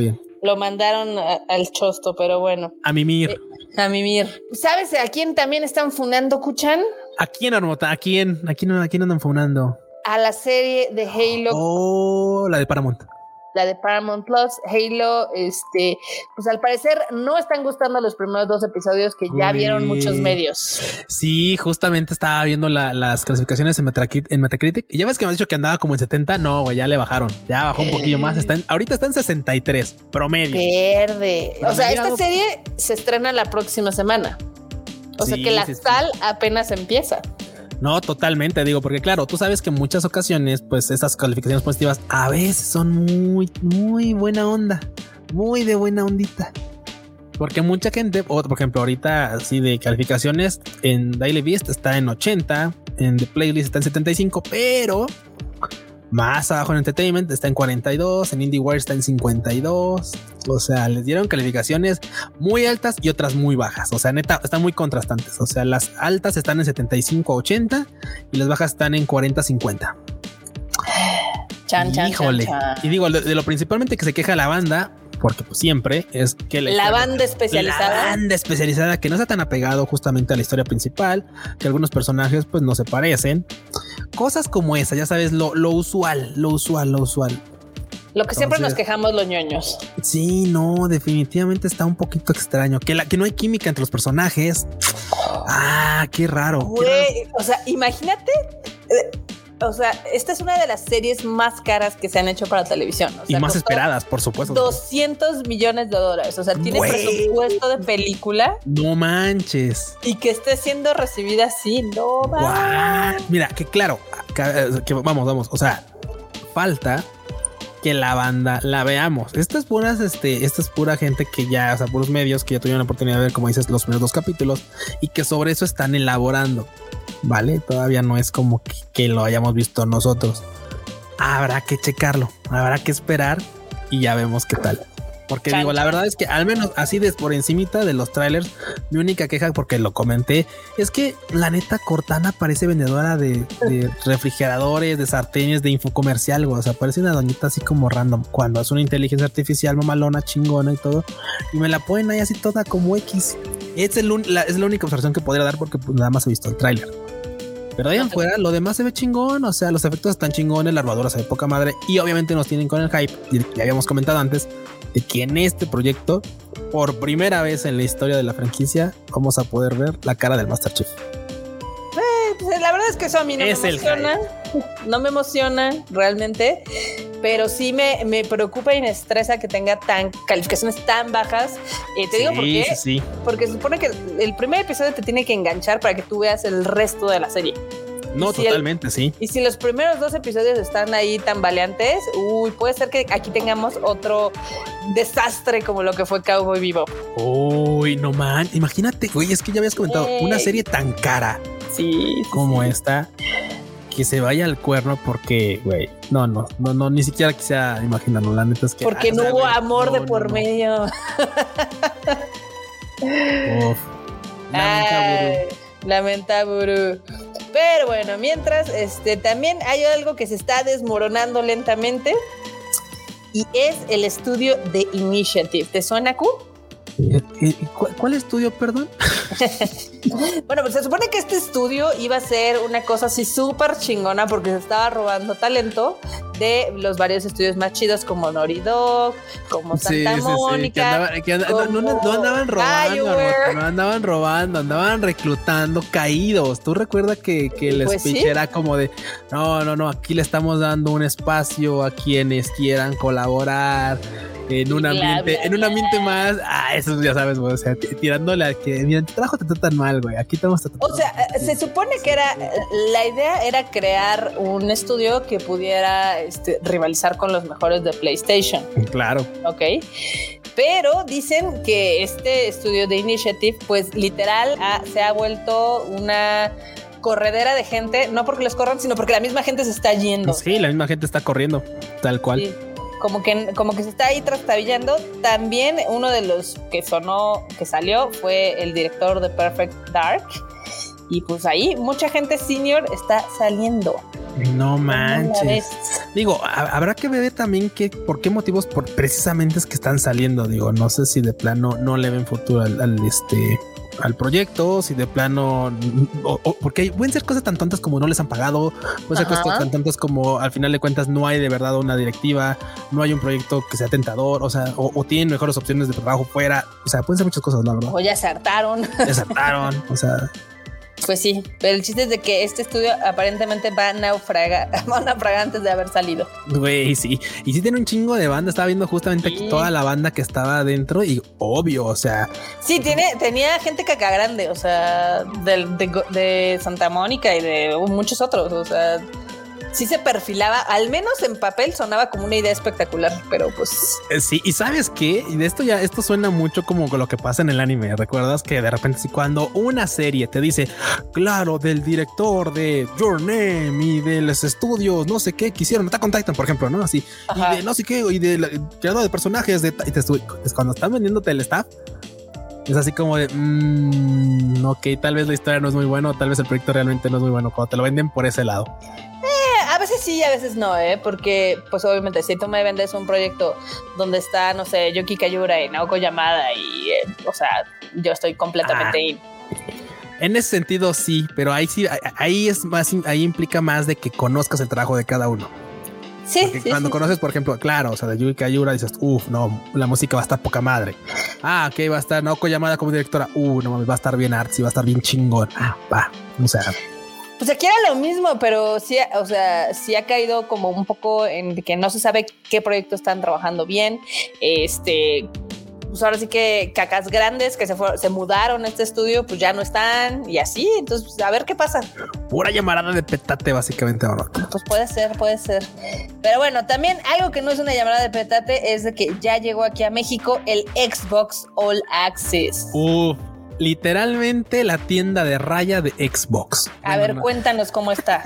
lo mandaron a, al chosto, pero bueno. A mimir. Eh, a mimir. ¿Sabes a quién también están funando, Kuchan? ¿A quién, Armota? ¿A quién? ¿A quién, a quién andan funando? A la serie de Halo. Oh, la de Paramount. La de Paramount Plus, Halo, este, pues al parecer no están gustando los primeros dos episodios que ya Uy. vieron muchos medios. Sí, justamente estaba viendo la, las clasificaciones en Metacritic, en Metacritic y ya ves que me has dicho que andaba como en setenta, no, güey, ya le bajaron, ya bajó un poquillo más, está en, ahorita está en sesenta y tres, promedio. Verde. O sea, esta serie se estrena la próxima semana. O sí, sea que la sí, sal sí. apenas empieza. No, totalmente, digo, porque claro, tú sabes que en muchas ocasiones, pues esas calificaciones positivas a veces son muy, muy buena onda, muy de buena ondita. Porque mucha gente, o por ejemplo, ahorita así de calificaciones en Daily Beast está en ochenta, en The Playlist está en setenta y cinco, pero más abajo en Entertainment está en cuarenta y dos, en IndieWire está en cincuenta y dos. O sea, les dieron calificaciones muy altas y otras muy bajas. O sea, neta, están muy contrastantes. O sea, las altas están en setenta y cinco a ochenta y las bajas están en cuarenta a cincuenta. Chan, chan, Híjole. Chan, chan. Y digo, de, de lo principalmente que se queja la banda, porque pues siempre es que la, la banda especializada. La banda especializada que no está tan apegado justamente a la historia principal, que algunos personajes pues no se parecen. Cosas como esa, ya sabes, lo, lo usual, lo usual, lo usual. Lo que Entonces, siempre nos quejamos los ñoños. Sí, no, definitivamente está un poquito extraño. Que, la, que no hay química entre los personajes. Ah, qué raro. Güey, qué raro. O sea, imagínate... Eh, O sea, esta es una de las series más caras que se han hecho para televisión. O sea, y más esperadas, por supuesto. doscientos millones de dólares. O sea, tiene Güey. presupuesto de película. No manches. Y que esté siendo recibida así, no va. Mira, que claro, que, que vamos, vamos. O sea, falta que la banda la veamos. Esta es puras, este, esta es pura gente que ya, o sea, puros medios que ya tuvieron la oportunidad de ver, como dices, los primeros dos capítulos y que sobre eso están elaborando. Vale, todavía no es como que, que lo hayamos visto nosotros. Habrá que checarlo, habrá que esperar y ya vemos qué tal. Porque Chan, digo, la verdad es que al menos así de por encimita de los trailers, mi única queja, porque lo comenté, es que la neta Cortana parece vendedora de, de refrigeradores, de sartenes, de infocomercial, o sea, parece una doñita así como random, cuando es una inteligencia artificial mamalona, chingona y todo, y me la ponen ahí así toda como X. Es, el, la, es la única observación que podría dar porque pues, nada más he visto el tráiler. Pero ahí afuera lo demás se ve chingón, o sea, los efectos están chingones, la armadura se ve poca madre y obviamente nos tienen con el hype, y ya habíamos comentado antes, de que en este proyecto, por primera vez en la historia de la franquicia, vamos a poder ver la cara del Master Chief. Eh, pues la verdad es que eso a mí no es me emociona, no me emociona realmente, pero sí me, me preocupa y me estresa que tenga tan calificaciones tan bajas. Eh, te sí, digo por qué, sí, sí. Porque se supone que el primer episodio te tiene que enganchar para que tú veas el resto de la serie. No, si totalmente, el, sí. Y si los primeros dos episodios están ahí tambaleantes, uy, puede ser que aquí tengamos otro desastre como lo que fue Cowboy Bebop. Uy, no man, imagínate, güey, es que ya habías comentado, hey. una serie tan cara sí, como sí. esta, que se vaya al cuerno porque, güey, no, no, no, no, ni siquiera quisiera imaginarlo, la neta es que... Porque ah, no hubo güey, amor no, de por no, medio. Uf, lamenta, lamenta, Buru. Pero bueno, mientras, este, también hay algo que se está desmoronando lentamente y es el estudio de Initiative. ¿Te suena, Q? ¿Cuál estudio, perdón? Bueno, pues se supone que este estudio iba a ser una cosa así súper chingona porque se estaba robando talento de los varios estudios más chidos como Naughty Dog, como Santa sí, Mónica. Sí, sí. Que andaba, que andaba, como no, no andaban robando, no, no andaban robando, andaban reclutando caídos. ¿Tú recuerdas que, que el pues speech sí. era como de no, no, no, aquí le estamos dando un espacio a quienes quieran colaborar? En un bla, ambiente, bla, en un ambiente bla. más, ah, eso ya sabes, güey, o sea, tirándole a que, mira, tu trabajo te tratan mal, güey, aquí te vamos a tratar. O sea, se supone que era, la idea era crear un estudio que pudiera este, rivalizar con los mejores de PlayStation. Claro. Ok. Pero dicen que este estudio de Initiative, pues literal, ha, se ha vuelto una corredera de gente, no porque los corran, sino porque la misma gente se está yendo. Sí, la misma gente está corriendo, tal cual. Sí. Como que, como que se está ahí trastabillando. También uno de los que sonó, que salió, fue el director de Perfect Dark. Y pues ahí mucha gente senior está saliendo. No manches. Digo, habrá que ver también que por qué motivos por precisamente es que están saliendo. Digo, no sé si de plano no le ven futuro al, al este al proyecto, si de plano o, o, porque pueden ser cosas tan tontas como no les han pagado, pueden ser Ajá. cosas tan tontas como al final de cuentas no hay de verdad una directiva, no hay un proyecto que sea tentador, o sea, o, o tienen mejores opciones de trabajo fuera, o sea, pueden ser muchas cosas, la verdad. O ya se hartaron. Ya se hartaron, o sea. Pues sí, pero el chiste es de que este estudio aparentemente va a naufragar, va a naufragar antes de haber salido. Güey, sí. Y sí tiene un chingo de banda. Estaba viendo justamente sí. aquí toda la banda que estaba adentro y obvio, o sea. Sí, tiene, tenía gente caca grande, o sea, de, de, de Santa Mónica y de muchos otros, o sea. Sí se perfilaba, al menos en papel sonaba como una idea espectacular, pero pues... Sí, y ¿sabes qué? Y de esto ya, esto suena mucho como lo que pasa en el anime. ¿Recuerdas que de repente sí, cuando una serie te dice, claro, del director de Your Name y de los estudios, no sé qué, que hicieron Attack on Titan, por ejemplo, ¿no? Así, Ajá. y de no sé qué, y de creador de personajes, de, y te estoy, es cuando están vendiéndote el staff, es así como de, mmm, ok, tal vez la historia no es muy buena, o tal vez el proyecto realmente no es muy bueno, cuando te lo venden por ese lado. A veces sí, a veces no, ¿eh? Porque, pues obviamente, si tú me vendes un proyecto donde está, no sé, Yuki Kayura y Naoko Yamada y, eh, o sea, yo estoy completamente... Ah. In. En ese sentido sí, pero ahí sí, ahí es más, ahí implica más de que conozcas el trabajo de cada uno. Sí, Porque sí, cuando sí, conoces, sí. por ejemplo, claro, o sea, de Yuki Kayura dices, uff, no, la música va a estar poca madre. Ah, ok, va a estar Naoko Yamada como directora. Uh, no mames, va a estar bien artsy, va a estar bien chingón. Ah, va, o sea... Pues aquí era lo mismo, pero sí, o sea, sí ha caído como un poco en que no se sabe qué proyecto están trabajando bien. Este, pues ahora sí que cacas grandes que se fueron, se mudaron a este estudio, pues ya no están y así. Entonces, pues, a ver qué pasa. Pura llamarada de petate, básicamente, ahora. Pues puede ser, puede ser. Pero bueno, también algo que no es una llamada de petate es de que ya llegó aquí a México el Xbox All Access. Uf. Literalmente la tienda de raya de Xbox. A no, ver, no. cuéntanos cómo está.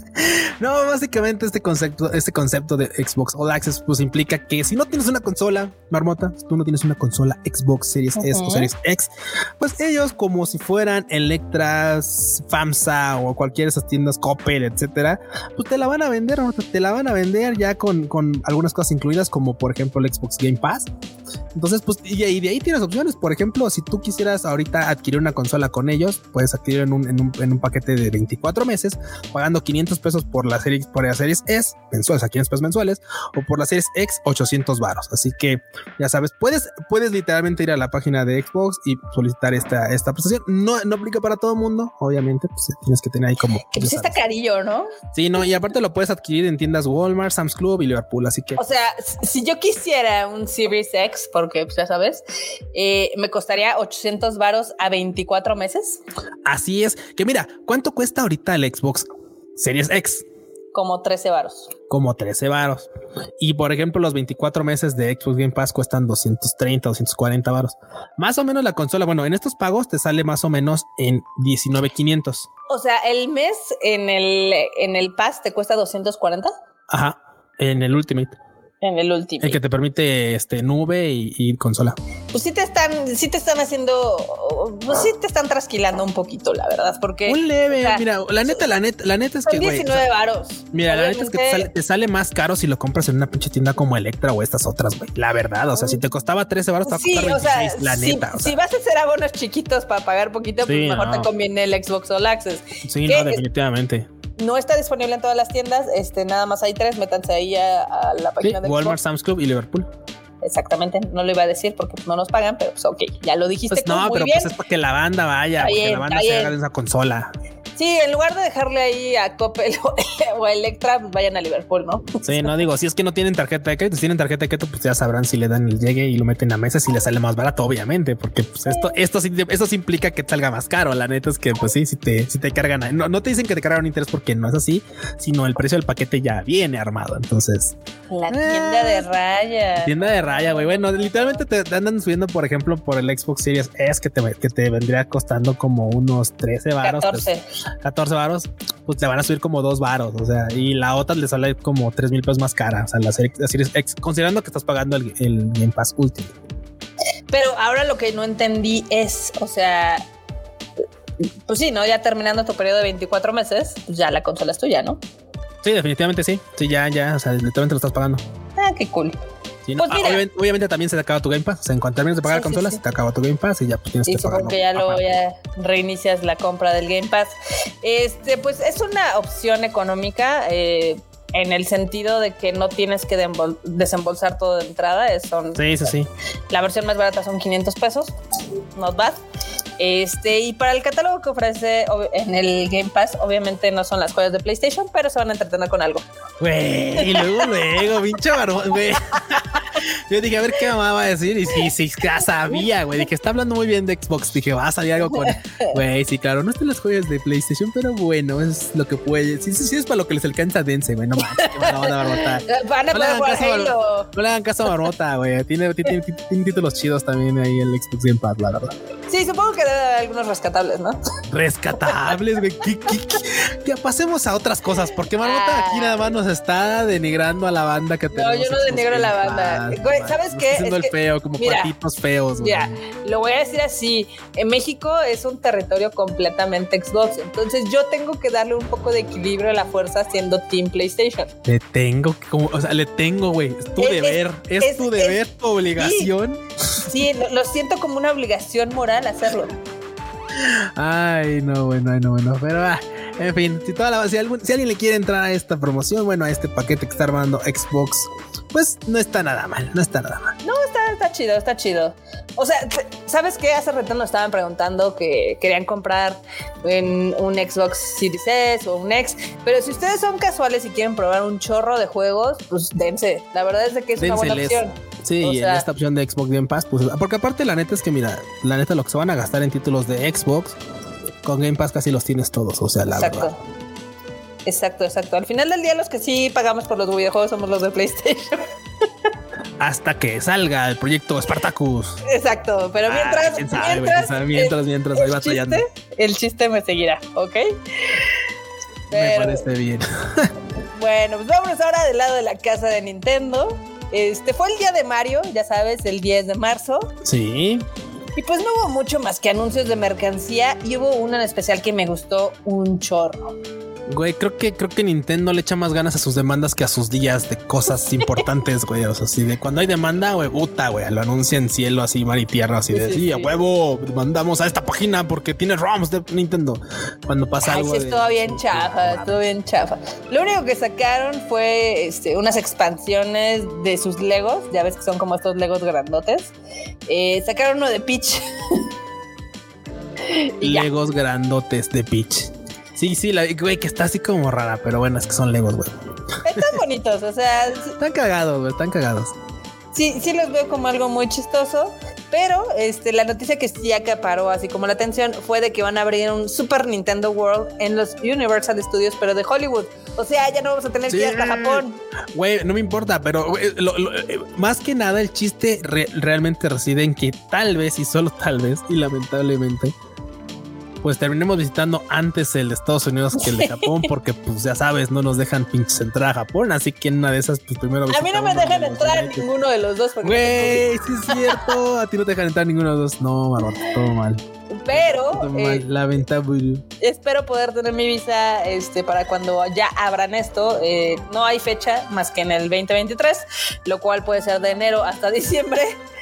No, básicamente este concepto, este concepto de Xbox All Access pues implica que si no tienes una consola, Marmota, si tú no tienes una consola Xbox Series uh-huh. S o Series X, pues ellos como si fueran Electras, FAMSA o cualquiera de esas tiendas, Coppel, etcétera, pues te la van a vender, ¿no? Te la van a vender ya con, con algunas cosas incluidas como por ejemplo el Xbox Game Pass. Entonces pues y, y de ahí tienes opciones. Por ejemplo, si tú quisieras ahorita adquirir una consola con ellos, puedes adquirir en un, en un, en un paquete de veinticuatro meses pagando quinientos pesos por la serie, por la series S mensuales, a quinientos pesos mensuales, o por la series X ochocientos varos. Así que ya sabes, puedes, puedes literalmente ir a la página de Xbox y solicitar esta, esta prestación. No, no aplica para todo el mundo, obviamente, pues tienes que tener ahí como. Pues está carillo, ¿no? Sí, no, y aparte lo puedes adquirir en tiendas Walmart, Sam's Club y Liverpool. Así que, o sea, si yo quisiera un Series X, porque pues, ya sabes, eh, me costaría ochocientos varos a veinticuatro meses. Así es. Que mira, ¿cuánto cuesta ahorita el Xbox Series X? Como trece varos. Como trece varos. Y por ejemplo, los veinticuatro meses de Xbox Game Pass cuestan doscientos treinta, doscientos cuarenta varos. Más o menos la consola. Bueno, en estos pagos te sale más o menos en diecinueve mil quinientos. O sea, el mes en el, en el Pass te cuesta doscientos cuarenta. Ajá. En el Ultimate. En el último. El que te permite este nube y, y consola. Pues sí te están, sí te están haciendo, pues sí te están trasquilando un poquito, la verdad, porque un leve, o sea, mira, la neta, la neta, la neta es que diecinueve varos. O sea, mira, obviamente, la neta es que te sale, te sale más caro si lo compras en una pinche tienda como Electra o estas otras, güey. La verdad, o sea, si te costaba trece varos, te va a costar veintiséis, o sea, la neta. Si, o sea. si vas a hacer abonos chiquitos para pagar poquito, pues sí, mejor no. te conviene el Xbox All Access. Sí, no, definitivamente. No está disponible en todas las tiendas, este, nada más hay tres, métanse ahí a, a la página sí, de Walmart, Xbox. Sam's Club y Liverpool. Exactamente, no lo iba a decir porque no nos pagan, pero pues ok, ya lo dijiste. Pues no, muy pero bien. Pues es para que la banda vaya, para que la banda se haga de esa consola. Sí, en lugar de dejarle ahí a Coppel o a Electra, pues vayan a Liverpool, ¿no? Sí, no digo, si es que no tienen tarjeta de crédito, si tienen tarjeta de crédito, pues ya sabrán si le dan el llegue y lo meten a mesa, si les sale más barato, obviamente, porque pues esto, esto, esto sí implica que te salga más caro. La neta es que, pues sí, si te, si te cargan, no, no te dicen que te cargan un interés porque no es así, sino el precio del paquete ya viene armado. Entonces, la tienda eh, de raya, tienda de raya, güey. Bueno, literalmente te, te andan subiendo, por ejemplo, por el Xbox Series S que te, que te vendría costando como unos trece varos. catorce. Pues, catorce varos, pues te van a subir como dos varos, o sea, y la otra le sale como tres mil pesos más cara, o sea, la Series, la Series X, considerando que estás pagando el, el Game Pass Ultimate. Pero ahora lo que no entendí es, o sea, pues sí, ¿no? Ya terminando tu periodo de veinticuatro meses, pues ya la consola es tuya, ¿no? Sí, definitivamente sí. Sí, ya, ya, o sea, literalmente lo estás pagando. Ah, qué cool. Sí, no, Pues ah, obviamente, obviamente también se te acaba tu Game Pass. O sea, en cuanto termines de pagar Sí, sí, consolas, sí. se te acaba tu Game Pass y ya pues, tienes Y que pagar. supongo que ya luego aparte. ya reinicias la compra del Game Pass. Este, pues es una opción económica, eh, en el sentido de que no tienes que dembol- desembolsar todo de entrada. Es- Son, Sí, sí, sí. La versión más barata son quinientos pesos, not bad. Este, y para el catálogo que ofrece ob- en el Game Pass, obviamente no son las joyas de PlayStation, pero se van a entretener con algo. Güey, y luego, luego, pinche barbón, güey. Yo dije, a ver qué mamá va a decir. Y sí, sí, ya sabía, güey. Dije, está hablando muy bien de Xbox. Dije, va a salir algo con. Güey, sí, claro, no están las joyas de PlayStation, pero bueno, es lo que puede. Sí, sí, sí, es para lo que les alcanza a Dense, güey. No manches, qué mala onda, Barbota. Van a No le poder hagan jugar caso a Halo. Bar- no le hagan caso a Barbota, güey. Tiene, tiene, tiene, tiene títulos chidos también ahí el Xbox Game Pass, la verdad. Sí, supongo que debe haber algunos rescatables, ¿no? Rescatables, güey. ¿Qué, qué, qué? Ya pasemos a otras cosas, porque Barbota aquí nada más nos está denigrando a la banda que No, tenemos. yo no Xbox denigro a la Game banda. Pass, Güey, man. ¿sabes Nos qué? está haciendo Es el que- feo, como mira, cuatitos feos, güey. Mira, lo voy a decir así. En México es un territorio completamente Xbox. Entonces yo tengo que darle un poco de equilibrio a la fuerza siendo Team PlayStation. Le tengo que, como, o sea, le tengo, güey. Es tu Es- deber, es, es- tu es- deber, tu obligación. Sí, lo, lo siento como una obligación moral hacerlo. Ay, no, bueno, ay, no, bueno. Pero, ah, en fin, si, toda la, si, algún, si alguien le quiere entrar a esta promoción, bueno, a este paquete que está armando Xbox, pues no está nada mal, no está nada mal. No, está, está chido, está chido. O sea, te- ¿sabes qué? Hace rato nos estaban preguntando que querían comprar en un Xbox Series S o un X, pero si ustedes son casuales y quieren probar un chorro de juegos, pues dense. La verdad es de que es una buena Dénseles. opción. Sí, O y sea- en esta opción de Xbox Game Pass, pues, porque aparte la neta es que mira, la neta lo que se van a gastar en títulos de Xbox, con Game Pass casi los tienes todos, o sea, la Exacto. verdad. Exacto, exacto. Al final del día los que sí pagamos por los videojuegos somos los de PlayStation. Hasta que salga el proyecto Spartacus. Exacto, pero Ah, mientras, quién sabe, güey, mientras, quién sabe, mientras, el- mientras, ahí el batallando. chiste, el chiste me seguirá, ¿ok? Me Pero, parece bien. bueno, pues vámonos ahora del lado de la casa de Nintendo. Este fue el día de Mario, ya sabes, el diez de marzo. Sí. Y pues no hubo mucho más que anuncios de mercancía y hubo uno en especial que me gustó un chorro. Güey, creo que creo que Nintendo le echa más ganas a sus demandas que a sus días de cosas importantes, güey. O sea, así de cuando hay demanda, güey, puta, güey, lo anuncia en cielo, así, mar y tierra, así de Sí, sí, sí, a sí. huevo, mandamos a esta página porque tiene ROMs de Nintendo. Cuando pasa Ay, algo. sí, de- estuvo bien chafa, estuvo bien chafa. Lo único que sacaron fue este, unas expansiones de sus Legos. Ya ves que son como estos Legos grandotes. Eh, sacaron uno de Peach. Y ya. Legos grandotes de Peach. Sí, sí, la güey, que está así como rara, pero bueno, es que son Legos, güey. Están bonitos, o sea, Están cagados, güey, están cagados. sí, sí los veo como algo muy chistoso. Pero este, la noticia que sí acaparó así como la atención fue de que van a abrir un Super Nintendo World en los Universal Studios, pero de Hollywood. O sea, ya no vamos a tener que ir hasta Japón. Güey, no me importa, pero güey, lo- lo- eh, más que nada el chiste re- realmente reside en que tal vez y solo tal vez y lamentablemente pues terminemos visitando antes el de Estados Unidos que el de Japón porque pues ya sabes, no nos dejan pinches entrar a Japón, así que en una de esas pues primero A mí no me visitamos dejan los entrar en United. ninguno de los dos. porque Güey, sí es cierto, a ti no te dejan entrar ninguno de los dos. No, Marota, todo mal. Pero Todo eh, mal, lamentable. espero poder tener mi visa este, para cuando ya abran esto. Eh, no hay fecha más que en el veinte veintitrés, lo cual puede ser de enero hasta diciembre.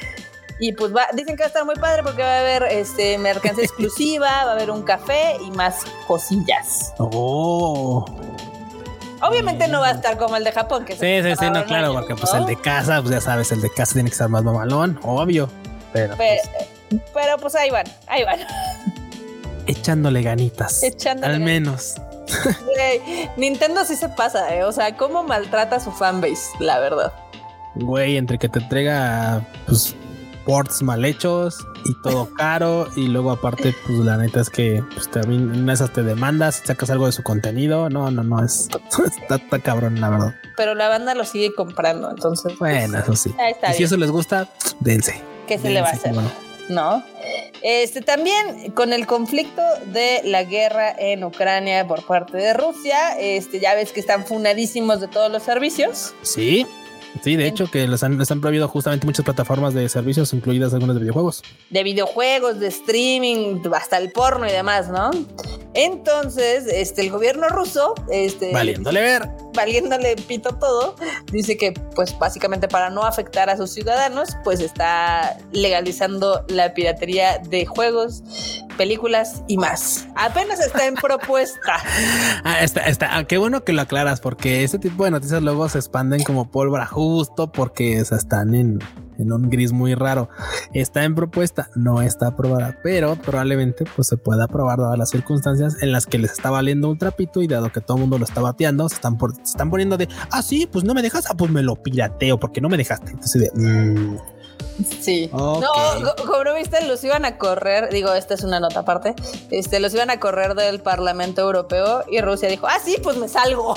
Y pues va, dicen que va a estar muy padre porque va a haber este, mercancía exclusiva, va a haber un café y más cosillas. Oh. Obviamente no va a estar como el de Japón, que Sí, sí, sí, no, claro, años, porque pues ¿no? el de casa, pues ya sabes, el de casa tiene que estar más mamalón, obvio. Pero Pe- pues, pero pues ahí van, ahí van. echándole ganitas. Echándole al ganitas. menos. Güey, Nintendo sí se pasa, ¿eh? O sea, cómo maltrata a su fanbase, la verdad. Güey, entre que te entrega pues ports mal hechos y todo caro y luego aparte pues la neta es que pues también en esas te demandas, sacas algo de su contenido. No, no, no, es está, está cabrón, la verdad. Pero la banda lo sigue comprando, entonces. Bueno, eso sí. Ahí está Y si bien. eso les gusta, dense. ¿Qué se le va a Dense, hacer? bueno. ¿No? Este también con el conflicto de la guerra en Ucrania por parte de Rusia, este ya ves que están funadísimos de todos los servicios. Sí. Sí, de hecho que les han, les han prohibido justamente muchas plataformas de servicios, incluidas algunas de videojuegos. De videojuegos, de streaming, hasta el porno y demás, ¿no? Entonces, este, el gobierno ruso, este, valiéndole ver, valiéndole pito todo, dice que, pues, básicamente para no afectar a sus ciudadanos, pues está legalizando la piratería de juegos, películas y más. Apenas está en propuesta. Ah, está, está. Ah, qué bueno que lo aclaras, porque este tipo de noticias luego se expanden como pólvora, justo porque o sea, están en, en un gris muy raro. Está en propuesta, no está aprobada, pero probablemente pues se pueda aprobar dadas las circunstancias en las que les está valiendo un trapito y dado que todo el mundo lo está bateando, se están, por, se están poniendo de, ah, sí, pues no me dejas, ah, pues me lo pirateo porque no me dejaste. Entonces de, mmm. Sí. Okay. No, como no viste, los iban a correr. Digo, esta es una nota aparte. Este, los iban a correr del Parlamento Europeo y Rusia dijo, ah, sí, pues me salgo.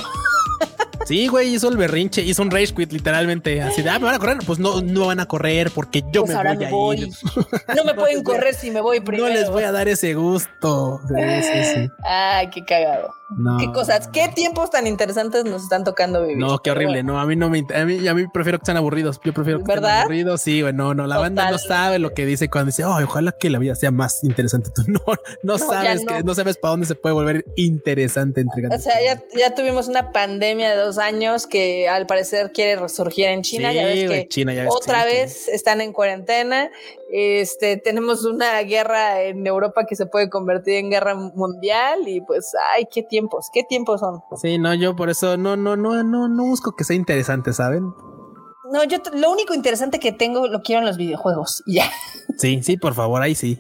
Sí, güey, hizo el berrinche, hizo un rage quit literalmente. Así de, ah, me van a correr. Pues no, no van a correr porque yo pues me voy me a voy. ir. No me pueden no correr a, si me voy primero. No les voy a dar ese gusto. Sí, sí, sí. Ay, qué cagado. No. Qué cosas, qué tiempos tan interesantes nos están tocando vivir. No, qué horrible. Bueno. No, a mí no me, a mí, a mí prefiero que sean aburridos. Yo prefiero que ¿verdad? Sean aburridos. Sí, güey, no, no. La Total. Banda no sabe lo que dice cuando dice, oh, ojalá que la vida sea más interesante. Tú no, no, no sabes no. que no sabes para dónde se puede volver interesante. O sea, ya, ya tuvimos una pandemia de dos años que al parecer quiere resurgir en China. Sí, ya ves que China, ya ves otra que vez China. Están en cuarentena. Este, tenemos una guerra en Europa que se puede convertir en guerra mundial y pues, ay, qué tiempos, qué tiempos son. Sí, no, yo por eso no, no, no, no, no busco que sea interesante, ¿saben? No, yo lo único interesante que tengo lo quiero en los videojuegos y ya. Sí, sí, por favor, ahí sí.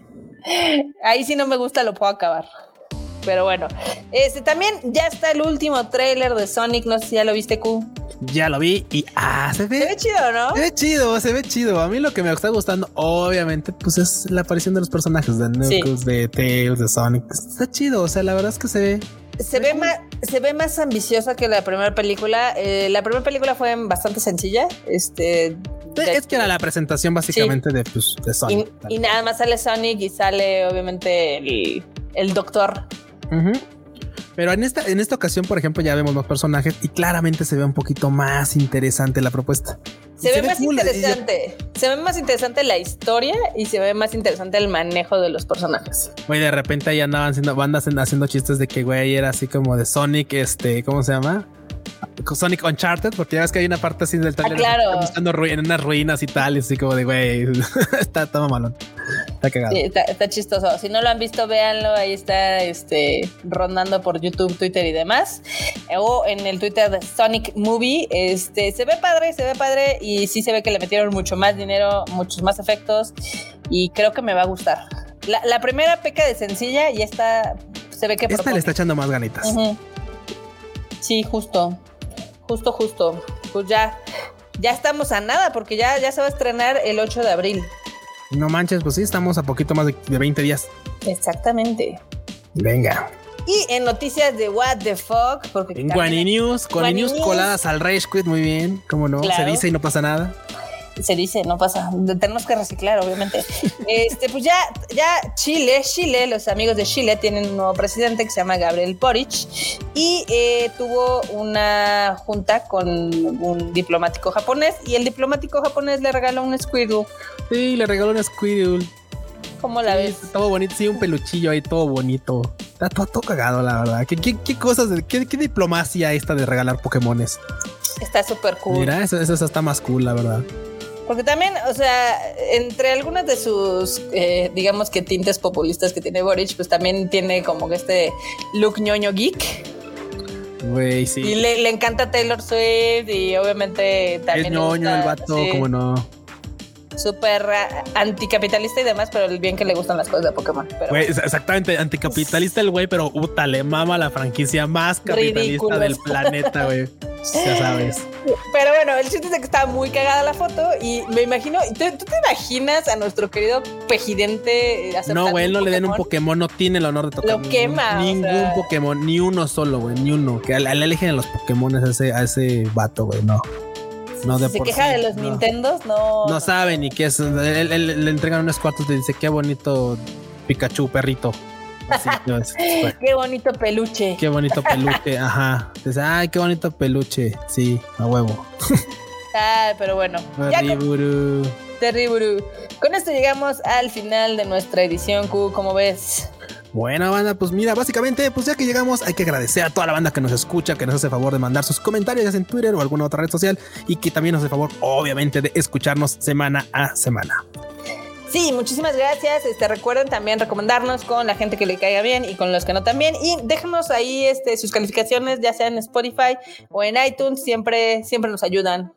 Ahí sí no me gusta, lo puedo acabar. Pero bueno, este también ya está el último tráiler de Sonic, no sé si ya lo viste, Q. Ya lo vi y ah, se ve. Se ve chido, ¿no? Se ve chido, se ve chido. A mí lo que me está gustando, obviamente, pues es la aparición de los personajes de Knuckles, sí. de Tails, de Sonic. Está chido, o sea, la verdad es que se ve. Se ve, más, se ve más ambiciosa que la primera película. Eh, la primera película fue bastante sencilla. Este. De, es que era la presentación básicamente sí. de, pues, de Sonic. Y, y nada más sale Sonic y sale, obviamente, el, el doctor. Uh-huh. Pero en esta, en esta ocasión, por ejemplo, ya vemos más personajes y claramente se ve un poquito más interesante la propuesta. Se, se ve, ve más cool, interesante. Yo... Se ve más interesante la historia y se ve más interesante el manejo de los personajes. Güey, de repente ahí andaban haciendo bandas haciendo chistes de que güey era así como de Sonic, este, ¿cómo se llama? Sonic Uncharted, porque ya ves que hay una parte así del trailer ah, claro. buscando ru- en unas ruinas y tal, y así como de güey, está todo malón, está cagado. Sí, está, está chistoso. Si no lo han visto, véanlo, ahí está este rondando por YouTube, Twitter y demás. O en el Twitter de Sonic Movie, este se ve padre, se ve padre y sí se ve que le metieron mucho más dinero, muchos más efectos y creo que me va a gustar. La, la primera peca de sencilla y esta se ve que esta propone. Le está echando más ganitas. Uh-huh. Sí, justo, justo, justo. Pues ya, ya estamos a nada porque ya, ya se va a estrenar el ocho de abril. No manches, pues sí, estamos a poquito más de, de veinte días. Exactamente. Venga. Y en noticias de What the Fuck, porque en Guani News, Guani News coladas al Rage Quit, muy bien, cómo no, claro. Se dice y no pasa nada. Se dice, no pasa, tenemos que reciclar, obviamente. este, pues ya, ya Chile, Chile, los amigos de Chile tienen un nuevo presidente que se llama Gabriel Boric y eh, tuvo una junta con un diplomático japonés y el diplomático japonés le regaló un Squirtle. Sí, le regaló un Squirtle. ¿Cómo la sí, ves? Todo bonito, sí, un peluchillo ahí, todo bonito. Está todo, todo cagado, la verdad. ¿Qué, qué, qué cosas, de, qué, qué diplomacia esta de regalar Pokémones? Está súper cool. Mira, eso, eso está más cool, la verdad. Porque también, o sea, entre algunas de sus, eh, digamos que tintes populistas que tiene Boric, pues también tiene como que este look ñoño geek. Güey, sí. Y le, le encanta Taylor Swift y obviamente también... Es ñoño gusta, el vato, sí, como no. Súper anticapitalista y demás, pero el bien que le gustan las cosas de Pokémon. Pero güey, exactamente, anticapitalista el güey, pero puta, le mama la franquicia más capitalista ridículos del planeta, güey. Ya sabes. Pero bueno, el chiste es que estaba muy cagada la foto y me imagino, ¿tú, tú te imaginas a nuestro querido Pejidente aceptando no, güey, no le den un Pokémon, no tiene el honor de tocar. Lo quema. Ningún, ningún o sea... Pokémon, ni uno solo, güey, ni uno. Que le eligen a los Pokémon a ese, a ese vato, güey, no. No, de se por queja sí, de los no. Nintendos, no. No sabe ni qué es. Él, él, él, le entregan unos cuartos y dice: qué bonito Pikachu, perrito. Así, no, es, qué bonito peluche. Qué bonito peluche, ajá. Dice: ay, qué bonito peluche. Sí, a huevo. Ah, pero bueno. Terriburu. Terriburu. Con esto llegamos al final de nuestra edición Q, ¿cómo ves? Bueno, banda, pues mira, básicamente, pues ya que llegamos, hay que agradecer a toda la banda que nos escucha, que nos hace favor de mandar sus comentarios ya sea en Twitter o alguna otra red social y que también nos hace favor, obviamente, de escucharnos semana a semana. Sí, muchísimas gracias. Este, recuerden también recomendarnos con la gente que le caiga bien y con los que no también. Y déjenos ahí este, sus calificaciones, ya sea en Spotify o en iTunes, siempre, siempre nos ayudan.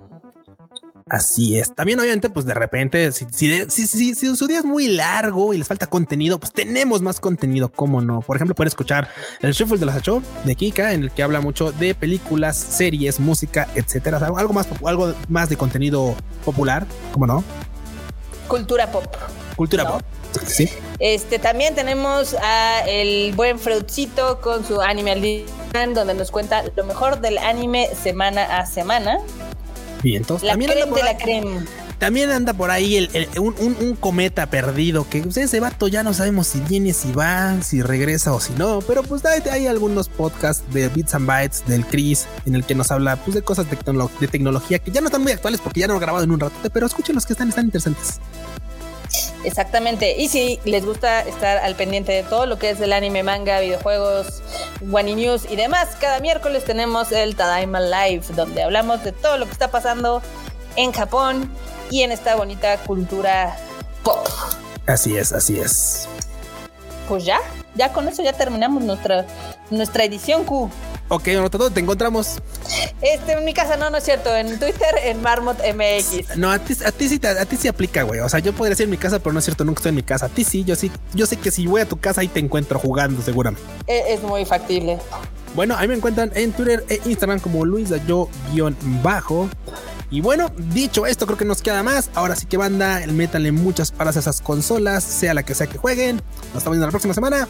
Así es. También, obviamente, pues de repente, si, si, si, si, si su día es muy largo y les falta contenido, pues tenemos más contenido, cómo no. Por ejemplo, pueden escuchar el Shuffle de las ocho de Kika, en el que habla mucho de películas, series, música, etcétera. O sea, algo más, algo más de contenido popular, cómo no. Cultura pop. Cultura ¿no? pop. Sí. Este, también tenemos a el buen Freudcito con su Anime al Día, donde nos cuenta lo mejor del anime semana a semana. Y entonces la también creme de la ahí, creme. También anda por ahí el, el, un, un, un cometa perdido que pues, ese vato ya no sabemos si viene, si va, si regresa o si no. Pero pues hay, hay algunos podcasts de Bits and Bytes del Chris en el que nos habla pues, de cosas de, tecno- de tecnología que ya no están muy actuales porque ya no lo he grabado en un rato, pero escuchen los que están, están interesantes. Exactamente. Y si les gusta estar al pendiente de todo lo que es el anime, manga, videojuegos, Wani News y demás, cada miércoles tenemos el Tadaima Live, donde hablamos de todo lo que está pasando en Japón y en esta bonita cultura pop. Así es, así es. Pues ya, ya con eso ya terminamos nuestra, nuestra edición Q. Ok, ¿dónde te encontramos? Este, en mi casa, no, no es cierto. En Twitter, en Marmot M X. No, a ti, a ti sí, a ti sí aplica, güey. O sea, yo podría ser en mi casa, pero no es cierto, nunca estoy en mi casa. A ti sí, yo sí, yo sé que si voy a tu casa ahí te encuentro jugando, seguramente. Es, es muy factible. Bueno, ahí me encuentran en Twitter e Instagram como luisdayo-bajo. Y bueno, dicho esto, creo que nos queda más. Ahora sí que banda, métanle muchas palas a esas consolas, sea la que sea que jueguen. Nos estamos viendo la próxima semana.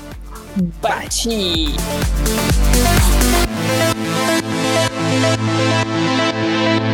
Bye. Bye.